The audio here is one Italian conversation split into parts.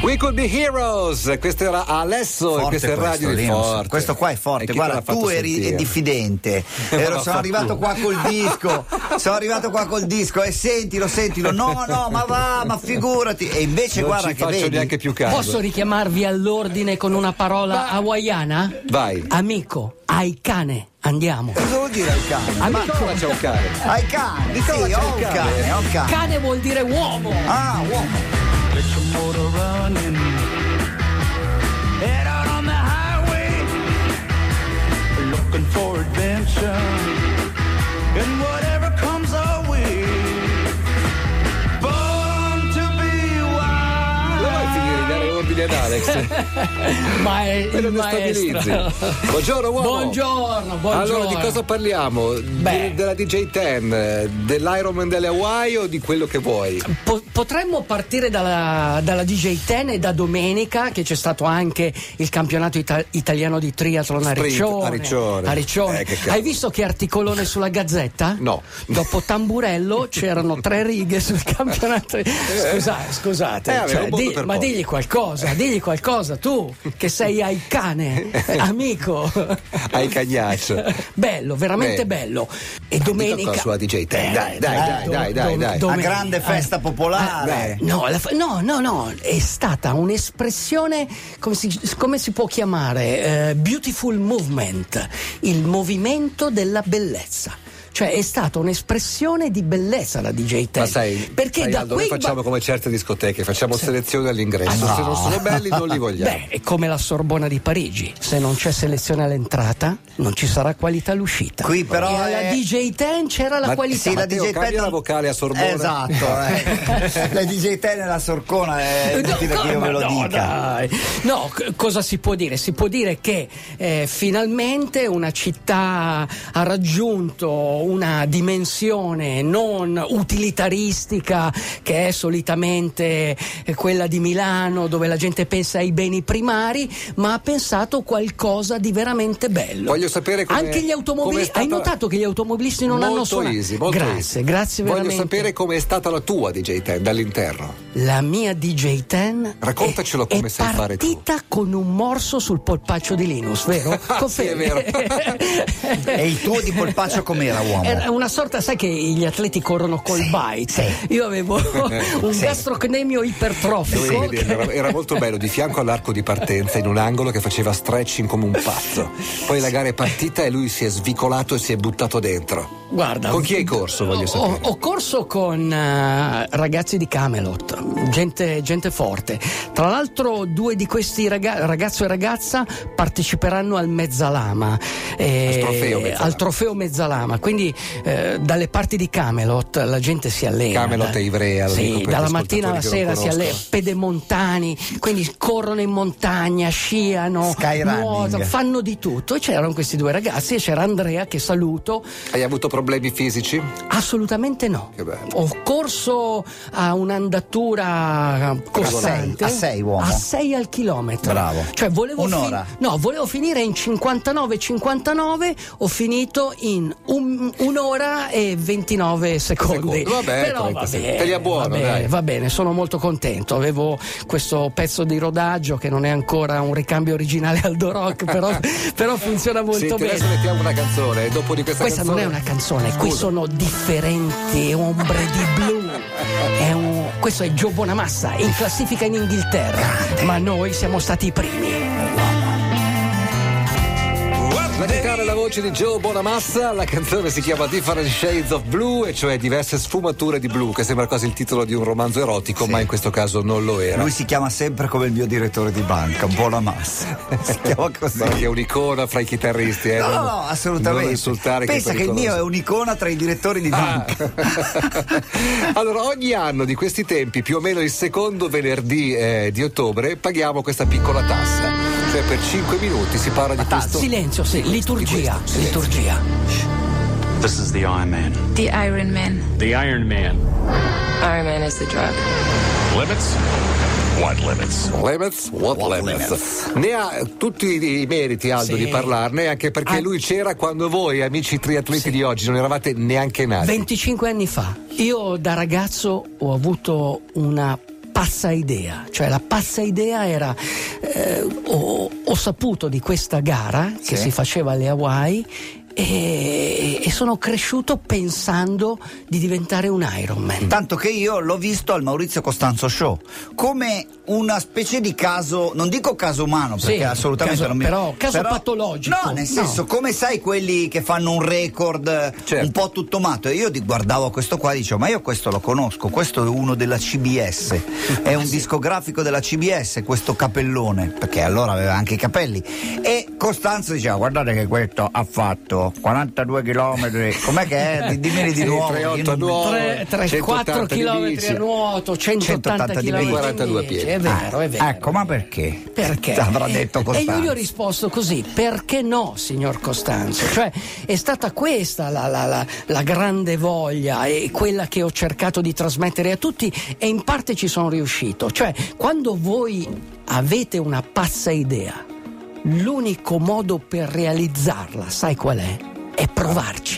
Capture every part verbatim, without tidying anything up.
We Could Be Heroes, questo era Alesso forte, e questa è Radio di Forte. Questo qua è forte, guarda, tu eri sentire? diffidente. Ero, sono arrivato qua col disco, sono arrivato qua col disco e sentilo, sentilo, no, no, ma va, ma figurati. E invece non guarda ci che faccio vedi. neanche più caso. Posso richiamarvi all'ordine con una parola hawaiana? Vai. Amico, ai cane. Andiamo. Cosa vuol dire al cane? Amico, Nicola c'è un cane. Ai cane, Nicola sì, c'è ho un un cane. cane, ho un cane. Cane vuol dire uomo. Ah, uomo. Get your motor running. Head out on the highway, looking for adventure, and whatever comes our way. Born to be wild. Dove vai a finire di dare ordine ad Alex? Ma è Me lo il maestro. destabilizzi. Buongiorno uomo. Buongiorno, buongiorno. Allora di cosa parliamo? Beh. De- della D J ten, dell'Ironman delle Hawaii o di quello che vuoi? Po- potremmo partire dalla, dalla D J ten e da domenica, che c'è stato anche il campionato ita- italiano di triathlon a Sprint, Riccione. a Riccione. A Riccione. Eh, che cazzo. Hai visto che articolone sulla Gazzetta? No. Dopo Tamburello c'erano tre righe sul campionato. Scusate, scusate. Eh, vabbè, cioè, un modo di- per ma poco. digli qualcosa, digli qualcosa tu, che sei ai cane, amico. Ai cagnaccio. Bello, veramente Beh. bello. E Dica domenica. cosa sulla D J ten. Dai, dai, dai, do- dai, dai, do- dai. do- A domenica. grande festa Eh, popolare. eh, no, la fa- no, no, no, è stata un'espressione, come si, come si può chiamare? Eh, beautiful movement, il movimento della bellezza. Cioè è stata un'espressione di bellezza la D J ten. Ma sai, perché sai, da Aldo, quei noi facciamo ba- come certe discoteche, facciamo selezione all'ingresso. Ah, no. Se non sono belli non li vogliamo. Beh, è come la Sorbona di Parigi, se non c'è selezione all'entrata non ci sarà qualità all'uscita. Qui però e alla è- D J ten c'era la Ma- qualità. Sì, la Matteo, D J cambia ten la vocale a Sorbona. Esatto, eh. La D J ten e la Sorcona è inutile che io ve lo no, dica. dai. No, c- cosa si può dire? Si può dire che eh, finalmente una città ha raggiunto una dimensione non utilitaristica che è solitamente eh, quella di Milano, dove la gente pensa ai beni primari, ma ha pensato qualcosa di veramente bello. Voglio sapere come anche gli com'è automobilisti. stata- Hai notato che gli automobilisti non hanno molto suonato? easy, molto grazie, easy. grazie Voglio veramente. sapere com'è stata la tua D J ten dall'interno. La mia D J ten Raccontacelo è, come è sai fare tu. partita con un morso sul polpaccio di Linus, vero? Ah, sì, è vero. E il tuo di polpaccio com'era, uomo? Era una sorta, sai che gli atleti corrono col Sì, bite. sì. Io avevo un Sì. gastrocnemio ipertrofico. Dovevi che- vedere, era, era molto bello, di fianco all'arco di partenza in un angolo che faceva stretching come un pazzo. Poi la gara è partita e lui si è svicolato e si è buttato dentro. Guarda, Con chi hai corso, voglio ho, sapere? ho corso con eh, ragazzi di Camelot, gente, gente forte. Tra l'altro due di questi raga- ragazzo e ragazza parteciperanno al Mezzalama, eh, Al trofeo Mezzalama. al trofeo Mezzalama. Quindi eh, dalle parti di Camelot la gente si allena. Camelot da- e Ivrea, lo dico Sì, per dalla gli mattina alla ascoltatori che non sera si allena, conoscono. pedemontani, quindi corrono in montagna, sciano, Skyrunning. nuotano, fanno di tutto. E c'erano questi due ragazzi e c'era Andrea, che saluto. Hai avuto problemi fisici? Assolutamente no. Che bello. Ho corso a un'andatura costante. A sei, a sei, uomo. A sei al chilometro. Bravo. Cioè volevo Un'ora. fin- no, volevo finire in cinquantanove cinquantanove, ho finito in un- un'ora e ventinove secondi. Secondo. Vabbè, Però va trentasei. bene, Te li abbuono, va bene, dai. va bene, sono molto contento. Avevo questo pezzo di rodaggio che non è ancora un ricambio originale Aldo Rock, però, però funziona molto Senti, bene. adesso mettiamo una canzone e dopo di questa, Questa non canzone è una canzone, qui sono differenti ombre di blu. È un- questo è Joe Bonamassa, in classifica in Inghilterra, ma noi siamo stati i primi. La chitarra e la voce di Joe Bonamassa, la canzone si chiama Different Shades of Blue, e cioè diverse sfumature di blu, che sembra quasi il titolo di un romanzo erotico, Sì. ma in questo caso non lo era. Lui si chiama sempre come il mio direttore di banca, Bonamassa. Si chiama così. Ma che è un'icona fra i chitarristi, eh? No, non- no, assolutamente. Non insultare Pensa è che il mio è pericoloso. un'icona tra i direttori di banca. Allora, ogni anno di questi tempi, più o meno il secondo venerdì eh, di ottobre, paghiamo questa piccola tassa. Cioè per cinque minuti si parla di questo. Silenzio, sì, liturgia, questo, silenzio. liturgia. This is the Iron Man. The Iron Man. The Iron Man. Iron Man is the drug. Limits? What limits? Limits? What, What limits? limits? Ne ha tutti i meriti, Aldo, Sì. di parlarne, anche perché Ah. lui c'era quando voi, amici triatleti di oggi, non eravate neanche nati. venticinque anni fa, io da ragazzo ho avuto una pazza idea, cioè la pazza idea era eh, ho, ho saputo di questa gara che Sì. si faceva alle Hawaii e, e sono cresciuto pensando di diventare un Ironman. Tanto che io l'ho visto al Maurizio Costanzo Show come una specie di caso, non dico caso umano perché Sì, assolutamente caso- non mi però caso patologico. No, nel No. senso, come sai quelli che fanno un record Certo. un po' tutto matto, e io di- guardavo questo qua e dicevo ma io questo lo conosco, questo è uno della C B S, è un discografico della C B S questo capellone, perché allora aveva anche i capelli, e Costanzo diceva guardate che questo ha fatto quarantadue chilometri, com'è che è? Dimmeli di Sì, nuovo. trecentootto io non- nuovo. tre, tre, centottanta quattro di chilometri bici. a nuoto, centottanta centottanta di chilometri bici. quarantadue a piedi. È vero, è vero. Ecco, ma perché? Perché? Avrà detto E Costanzo. io gli ho risposto così: perché no, signor Costanzo? Cioè, è stata questa la, la, la, la grande voglia e quella che ho cercato di trasmettere a tutti, e in parte ci sono riuscito. Cioè, quando voi avete una pazza idea, l'unico modo per realizzarla, sai qual è? È provarci.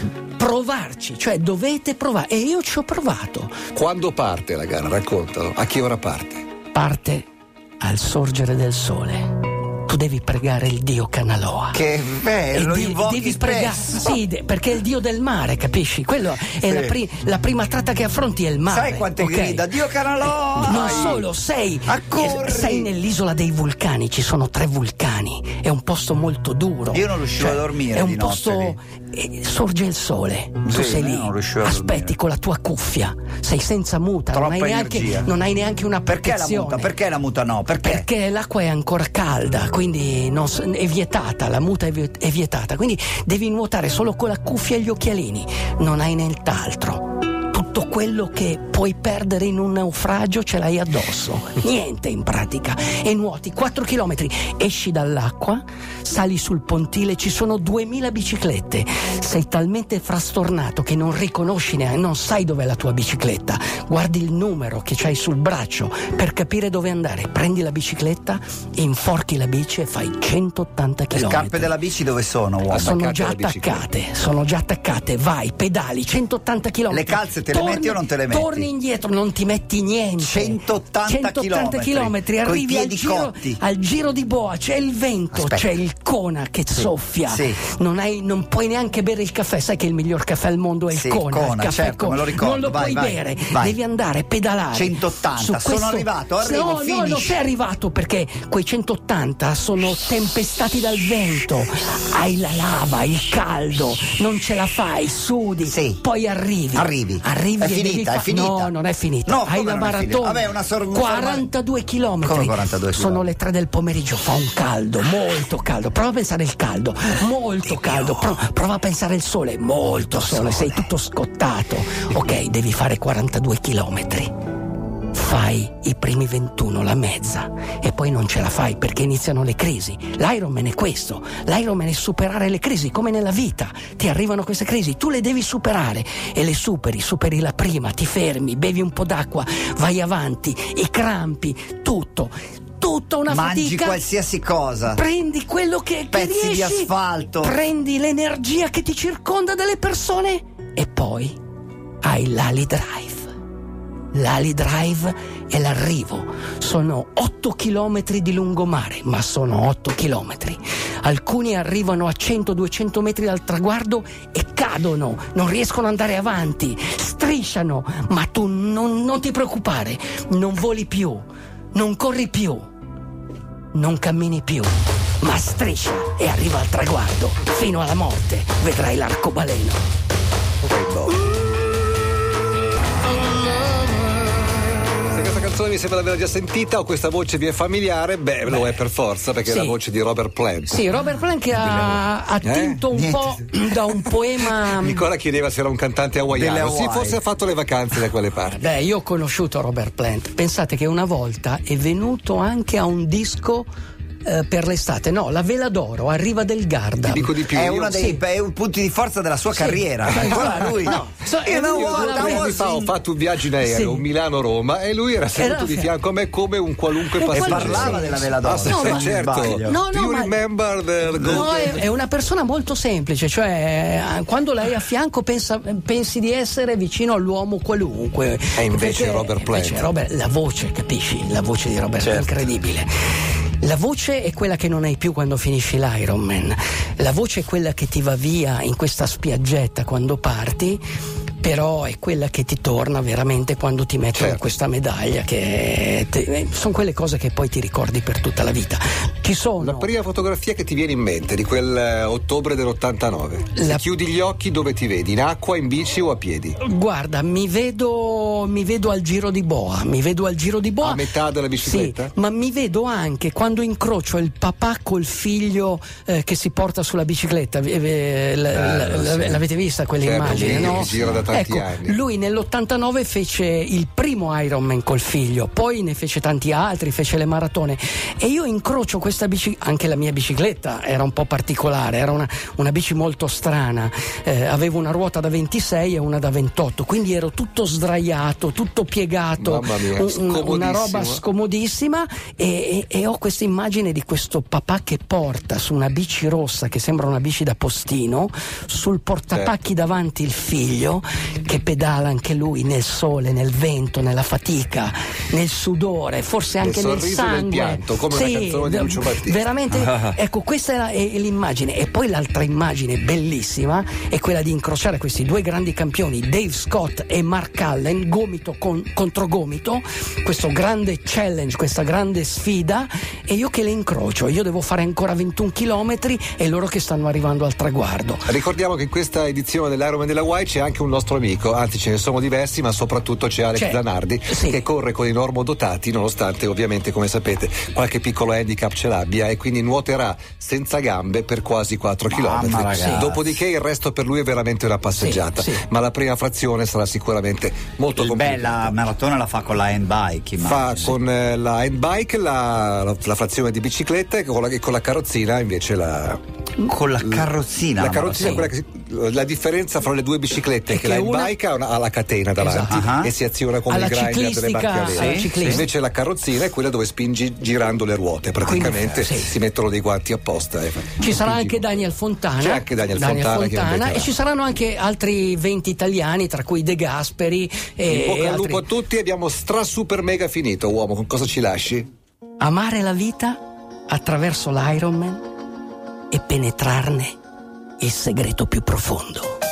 Provarci, cioè dovete provare. E io ci ho provato. Quando parte la gara? Raccontalo. A che ora parte? Parte al sorgere del sole. Tu devi pregare il dio Kanaloa. Che bello, E di- invochi devi pregare, spesso. sì, de- perché è il dio del mare, capisci? Quello è Sì. la, pri- la prima tratta che affronti è il mare. Sai quante ok? grida? Dio Kanaloa! Non solo, sei, Accorri! sei nell'isola dei vulcani, ci sono tre vulcani, è un posto molto duro. Io non riuscivo Cioè, a dormire È un di notte posto. lì. eh, sorge il sole, tu Sì, sei io lì, non riuscivo a aspetti dormire. con la tua cuffia, sei senza muta, non Troppa hai, neanche, energia. non hai neanche una Perché la protezione. muta? Perché la muta no? Perché? Perché l'acqua è ancora calda, quindi non s- è vietata, la muta è vi- è vietata, quindi devi nuotare solo con la cuffia e gli occhialini, non hai nient'altro. Tutto quello che puoi perdere in un naufragio ce l'hai addosso, niente in pratica, e nuoti quattro chilometri, esci dall'acqua, sali sul pontile, ci sono duemila biciclette, sei talmente frastornato che non riconosci neanche, non sai dov'è la tua bicicletta, guardi il numero che c'hai sul braccio per capire dove andare, prendi la bicicletta, inforchi la bici e fai centottanta Le chilometri. scarpe della bici dove sono, uomo? Sono attaccate già alla bicicletta. attaccate, sono già attaccate, vai, pedali, centottanta chilometri. Le calze te le metti o non te le metti? Torni indietro, non ti metti niente. centottanta chilometri, chilometri, coi arrivi al piedi giro, cotti. al giro di boa, c'è il vento, Aspetta. c'è il Kona che soffia, sì. Non, hai, non puoi neanche bere il caffè, sai che il miglior caffè al mondo è il Sì, Kona, Kona, il caffè certo, Kona. me lo ricordo, non lo vai, puoi vai, bere, vai. devi andare a pedalare. centottanta, Su sono questo- arrivato, arrivo, no, no, finish. non sei arrivato perché quei centottanta sono tempestati dal vento, hai la lava, il caldo, non ce la fai, sudi, Sì. poi arrivi. Arrivi. Arrivi È e devi finita, fa- è finita. No, non è finita. No, hai come la non è finita? maratona. Vabbè, una sor- quarantadue chilometri. Come quarantadue Sono chilometri? le tre del pomeriggio, fa un caldo, molto caldo. Prova a pensare il caldo, molto caldo. Pro- prova a pensare il sole, molto sole, sei tutto scottato. Ok, devi fare quarantadue chilometri. Fai i primi ventuno, la mezza, e poi non ce la fai perché iniziano le crisi. L'Ironman è questo, l'Ironman è superare le crisi, come nella vita. Ti arrivano queste crisi, tu le devi superare e le superi, superi la prima, ti fermi, bevi un po' d'acqua, vai avanti, i crampi, tutto. Tutta una Mangi fatica. qualsiasi cosa. Prendi quello che, che Pezzi di riesci, asfalto. prendi l'energia che ti circonda dalle persone e poi hai l'Ali Drive. L'Ali Drive è l'arrivo. Sono otto chilometri di lungomare, ma sono otto chilometri. Alcuni arrivano a cento duecento metri dal traguardo e cadono, non riescono ad andare avanti, strisciano, ma tu non, non ti preoccupare, non voli più, non corri più, non cammini più, ma striscia e arriva al traguardo, fino alla morte, vedrai l'arcobaleno. Se questa canzone mi sembra di averla già sentita o questa voce vi è familiare, beh, lo è per forza perché Sì. è la voce di Robert Plant. Sì, Robert Plant che ha attinto un Niente. po' da un poema. Nicola chiedeva se era un cantante hawaiano. Delle Sì, Hawaii. forse ha fatto le vacanze da quelle parti. Beh, io ho conosciuto Robert Plant. Pensate che una volta è venuto anche a un disco eh, per l'estate. No, la Vela d'Oro a Riva del Garda. Ti dico di più. È io- uno dei Sì. è un punti di forza della sua Sì. carriera. Sì. Ancora lui. No. So- Io non io voglio- due Due anni fa ho fatto un viaggio in aereo, Sì. Milano-Roma, e lui era seduto Era- di fianco a me come un qualunque E E passeggero. parlava Sì. della Vela d'Oro. Ah, sì, No, se non mi certo. sbaglio. No, Do no, you ma- remember the No, golden- è, è una persona molto semplice, cioè eh, quando lei è a fianco pensa, pensi di essere vicino all'uomo qualunque. E invece Perché- Robert Plant. invece Robert- la voce, capisci? La voce di Robert Certo. è incredibile. La voce è quella che non hai più quando finisci l'Ironman. La voce è quella che ti va via in questa spiaggetta quando parti, però è quella che ti torna veramente quando ti mettono Certo. questa medaglia, che te- sono quelle cose che poi ti ricordi per tutta la vita. Ci sono La prima fotografia che ti viene in mente di quel eh, ottobre dell'ottantanove. Se La- chiudi gli occhi, dove ti vedi? In acqua, in bici o a piedi? Guarda, mi vedo, mi vedo al giro di boa, mi vedo al giro di boa. A metà della bicicletta? Sì, ma mi vedo anche quando incrocio il papà col figlio eh, che si porta sulla bicicletta. Eh, eh, la- Bello, la- sì. l'avete vista quell'immagine, Certo, sì, no? che gira da tanti ecco, anni. lui nell'ottantanove fece il primo Ironman col figlio, poi ne fece tanti altri, fece le maratone, e io incrocio questa bici, anche la mia bicicletta era un po' particolare, era una, una bici molto strana, eh, avevo una ruota da ventisei e una da ventotto, quindi ero tutto sdraiato, tutto piegato, Mamma mia, un- un- una roba scomodissimo. scomodissima, e, e- e ho questa immagine di questo papà che porta su una bici rossa che sembra una bici da postino, sul portapacchi Certo. davanti il figlio che pedala anche lui nel sole, nel vento, nella fatica, nel sudore, forse Nel anche nel sorriso e nel sangue. pianto, come una canzone di d- Lucio Battisti. Veramente, ecco, questa era è- è l'immagine. E poi l'altra immagine bellissima è quella di incrociare questi due grandi campioni, Dave Scott e Mark Allen, gomito con- contro gomito, questo grande challenge, questa grande sfida, e io che le incrocio. Io devo fare ancora ventuno chilometri e loro che stanno arrivando al traguardo. Ricordiamo che in questa edizione dell'Ironman della Hawaii c'è anche un nostro amico, anzi ce ne sono diversi, ma soprattutto c'è Alex C'è. Zanardi, Sì. che corre con i normodotati, nonostante ovviamente, come sapete, qualche piccolo handicap ce l'abbia, e quindi nuoterà senza gambe per quasi quattro chilometri. ragazzi. Dopodiché il resto per lui è veramente una passeggiata, Sì, sì. ma la prima frazione sarà sicuramente molto Beh, complicata. la maratona la fa con la handbike. Fa immagino. con eh, la handbike la, la, la frazione di bicicletta, e con la, e con la carrozzina invece la, Con la carrozzina. la la carrozzina è maratona. quella che si- la differenza fra le due biciclette è È che, che la una- handbike ha, una, ha la catena davanti Esatto. Ah. e si aziona come Alla il grinder delle ciclistica- macchine a alla velo. ciclistica. Invece la carrozzina è quella dove spingi girando le ruote, praticamente Quindi, sì. si mettono dei guanti apposta. e fa- Ci sarà spingi. anche Daniel Fontana. C'è anche Daniel Fontana che è un veterano. e ci saranno anche altri venti italiani, tra cui De Gasperi e, In bocca e al altri. lupo a tutti, abbiamo stra super mega finito, uomo. Con cosa ci lasci? Amare la vita attraverso l'Ironman e penetrarne il segreto più profondo.